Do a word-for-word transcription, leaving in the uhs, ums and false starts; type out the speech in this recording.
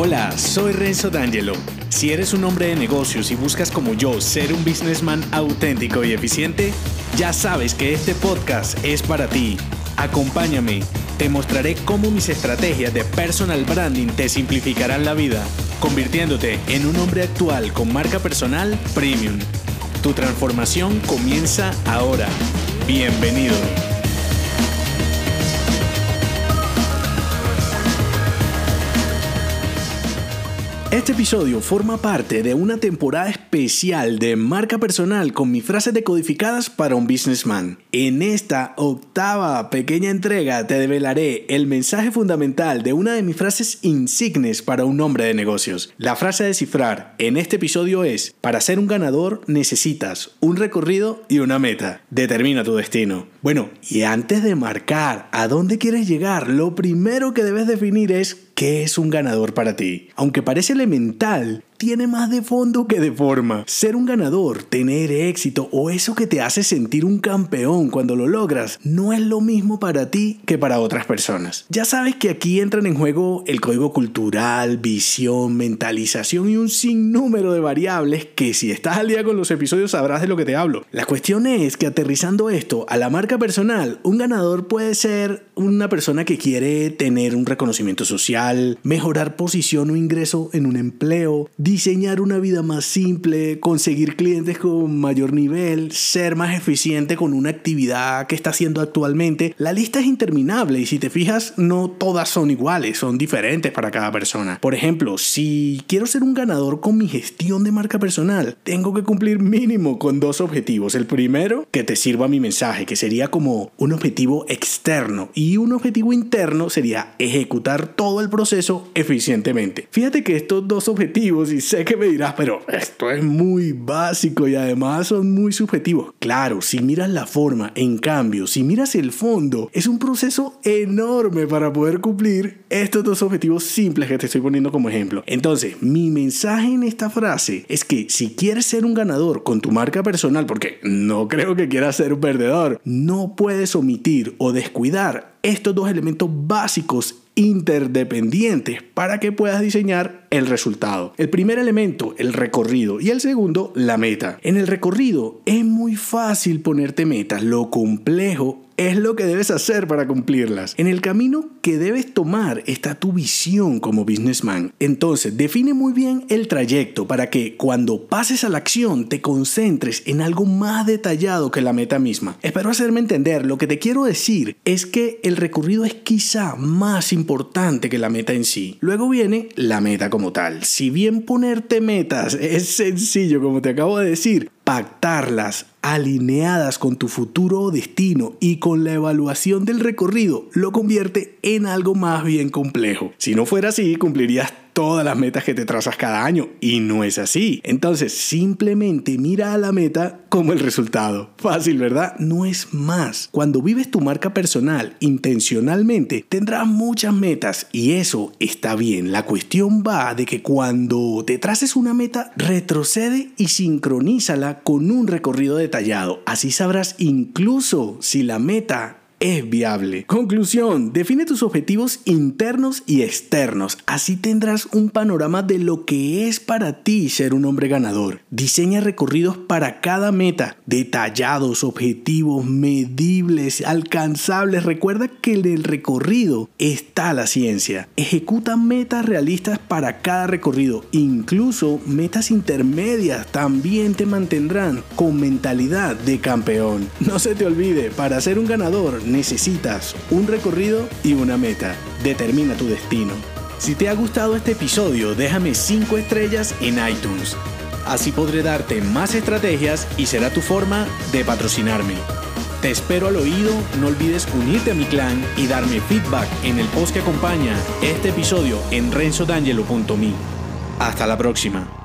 Hola, soy Renzo D'Angelo. Si eres un hombre de negocios y buscas como yo ser un businessman auténtico y eficiente, ya sabes que este podcast es para ti. Acompáñame, te mostraré cómo mis estrategias de personal branding te simplificarán la vida, convirtiéndote en un hombre actual con marca personal premium. Tu transformación comienza ahora. Bienvenido. Este episodio forma parte de una temporada especial de marca personal con mis frases decodificadas para un businessman. En esta octava pequeña entrega te develaré el mensaje fundamental de una de mis frases insignes para un hombre de negocios. La frase a descifrar en este episodio es: para ser un ganador necesitas un recorrido y una meta. Determina tu destino. Bueno, y antes de marcar a dónde quieres llegar, lo primero que debes definir es ¿qué es un ganador para ti? Aunque parece elemental, tiene más de fondo que de forma. Ser un ganador, tener éxito o eso que te hace sentir un campeón cuando lo logras, no es lo mismo para ti que para otras personas. Ya sabes que aquí entran en juego el código cultural, visión, mentalización y un sinnúmero de variables que si estás al día con los episodios sabrás de lo que te hablo. La cuestión es que aterrizando esto a la marca personal, un ganador puede ser una persona que quiere tener un reconocimiento social, mejorar posición o ingreso en un empleo, diseñar una vida más simple, conseguir clientes con mayor nivel, ser más eficiente con una actividad que está haciendo actualmente. La lista es interminable y si te fijas, no todas son iguales, son diferentes para cada persona. Por ejemplo, si quiero ser un ganador con mi gestión de marca personal, tengo que cumplir mínimo con dos objetivos. El primero, que te sirva mi mensaje, que sería como un objetivo externo, y un objetivo interno sería ejecutar todo el proceso eficientemente. Fíjate que estos dos objetivos, y sé que me dirás, pero esto es muy básico y además son muy subjetivos. Claro, si miras la forma, en cambio, si miras el fondo, es un proceso enorme para poder cumplir estos dos objetivos simples que te estoy poniendo como ejemplo. Entonces, mi mensaje en esta frase es que si quieres ser un ganador con tu marca personal, porque no creo que quieras ser un perdedor, no puedes omitir o descuidar estos dos elementos básicos interdependientes para que puedas diseñar el resultado. El primer elemento, el recorrido, y el segundo, la meta. En el recorrido es muy fácil ponerte metas, lo complejo es lo que debes hacer para cumplirlas. En el camino que debes tomar está tu visión como businessman. Entonces, define muy bien el trayecto para que cuando pases a la acción te concentres en algo más detallado que la meta misma. Espero hacerme entender. Lo que te quiero decir es que el recorrido es quizá más importante que la meta en sí. Luego viene la meta como tal. Si bien ponerte metas es sencillo, como te acabo de decir, pactarlas alineadas con tu futuro destino y con la evaluación del recorrido lo convierte en algo más bien complejo. Si no fuera así, cumplirías todas las metas que te trazas cada año y no es así. Entonces simplemente mira a la meta como el resultado. Fácil, ¿verdad? No es más. Cuando vives tu marca personal intencionalmente tendrás muchas metas y eso está bien. La cuestión va de que cuando te traces una meta retrocede y sincronízala con un recorrido detallado. Así sabrás incluso si la meta es viable. Conclusión, define tus objetivos internos y externos. Así tendrás un panorama de lo que es para ti ser un hombre ganador. Diseña recorridos para cada meta, detallados, objetivos, medibles, alcanzables. Recuerda que en el recorrido está la ciencia. Ejecuta metas realistas para cada recorrido. Incluso metas intermedias también te mantendrán con mentalidad de campeón. No se te olvide, para ser un ganador necesitas un recorrido y una meta. Determina tu destino. Si te ha gustado este episodio, déjame cinco estrellas en iTunes. Así podré darte más estrategias y será tu forma de patrocinarme. Te espero al oído, no olvides unirte a mi clan y darme feedback en el post que acompaña este episodio en renzo d'angelo punto me. Hasta la próxima.